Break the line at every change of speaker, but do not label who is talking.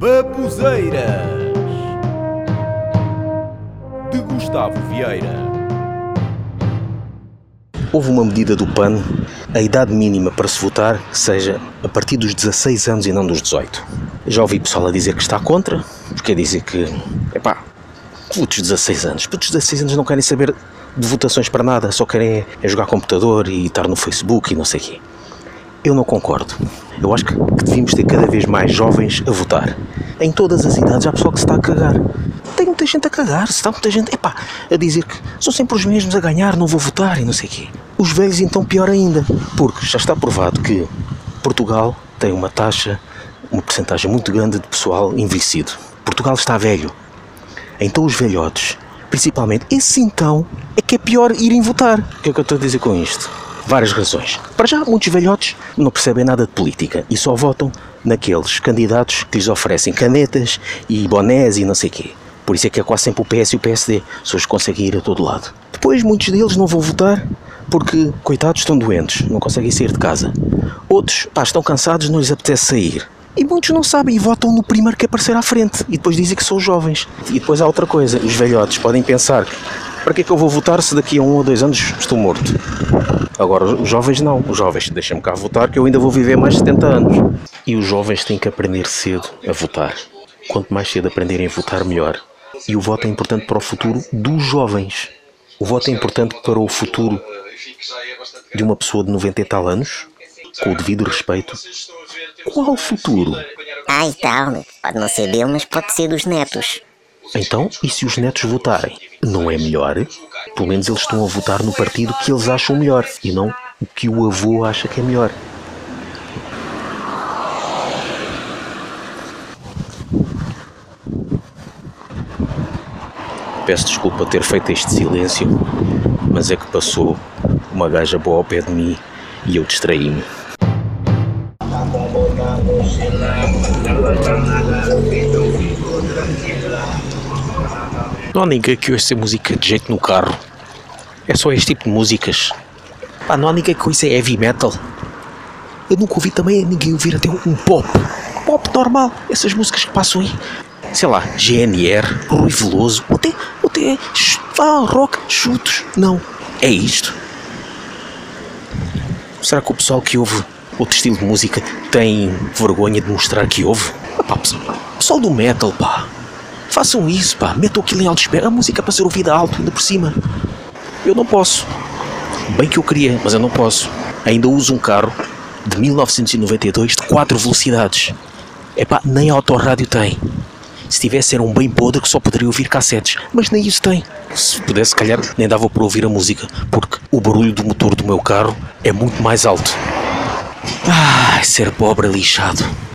Babuzeiras de Gustavo Vieira.
Houve uma medida do PAN, a idade mínima para se votar seja a partir dos 16 anos e não dos 18. Já ouvi pessoal a dizer que está contra, porque dizer que, putos 16 anos. Putos 16 anos não querem saber de votações para nada, só querem jogar computador e estar no Facebook e não sei o quê. Eu não concordo. Eu acho que devíamos ter cada vez mais jovens a votar. Em todas as idades há pessoal que se está a cagar. Tem muita gente a cagar, se está muita gente a dizer que são sempre os mesmos a ganhar, não vou votar e não sei o quê. Os velhos então pior ainda, porque já está provado que Portugal tem uma percentagem muito grande de pessoal envelhecido. Portugal está velho. Então os velhotes, principalmente, esse então é que é pior irem votar. O que é que eu estou a dizer com isto? Várias razões. Para já, muitos velhotes não percebem nada de política e só votam naqueles candidatos que lhes oferecem canetas e bonés e não sei o quê. Por isso é que é quase sempre o PS e o PSD, se os conseguem ir a todo lado. Depois, muitos deles não vão votar porque, coitados, estão doentes, não conseguem sair de casa. Outros, estão cansados, não lhes apetece sair. E muitos não sabem e votam no primeiro que aparecer à frente e depois dizem que são os jovens. E depois há outra coisa, os velhotes podem pensar: para que é que eu vou votar se daqui a 1 ou 2 anos estou morto? Agora, os jovens não. Os jovens, deixem-me cá votar que eu ainda vou viver mais 70 anos. E os jovens têm que aprender cedo a votar. Quanto mais cedo aprenderem a votar, melhor. E o voto é importante para o futuro dos jovens. O voto é importante para o futuro de uma pessoa de 90 e tal anos, com o devido respeito. Qual futuro?
E tal, pode não ser dele, mas pode ser dos netos.
Então, e se os netos votarem? Não é melhor? Pelo menos eles estão a votar no partido que eles acham melhor e não o que o avô acha que é melhor. Peço desculpa ter feito este silêncio, mas é que passou uma gaja boa ao pé de mim e eu distraí-me. Não há ninguém que ouça música de jeito no carro. É só este tipo de músicas. Não há ninguém que ouça heavy metal. Eu nunca ouvi também ninguém ouvir até um pop. Pop normal. Essas músicas que passam aí. Sei lá, GNR, Rui Veloso. Até rock, chutos. Não. É isto. Será que o pessoal que ouve outro estilo de música tem vergonha de mostrar que ouve? Pessoal do metal, façam isso, metam aquilo em alto espera. A música é para ser ouvida alto, ainda por cima. Eu não posso. Bem que eu queria, mas eu não posso. Ainda uso um carro de 1992 de 4 velocidades. Nem autorrádio tem. Se tivesse era um bem podre que só poderia ouvir cassetes. Mas nem isso tem. Se pudesse, se calhar, nem dava para ouvir a música. Porque o barulho do motor do meu carro é muito mais alto. Ser pobre é lixado.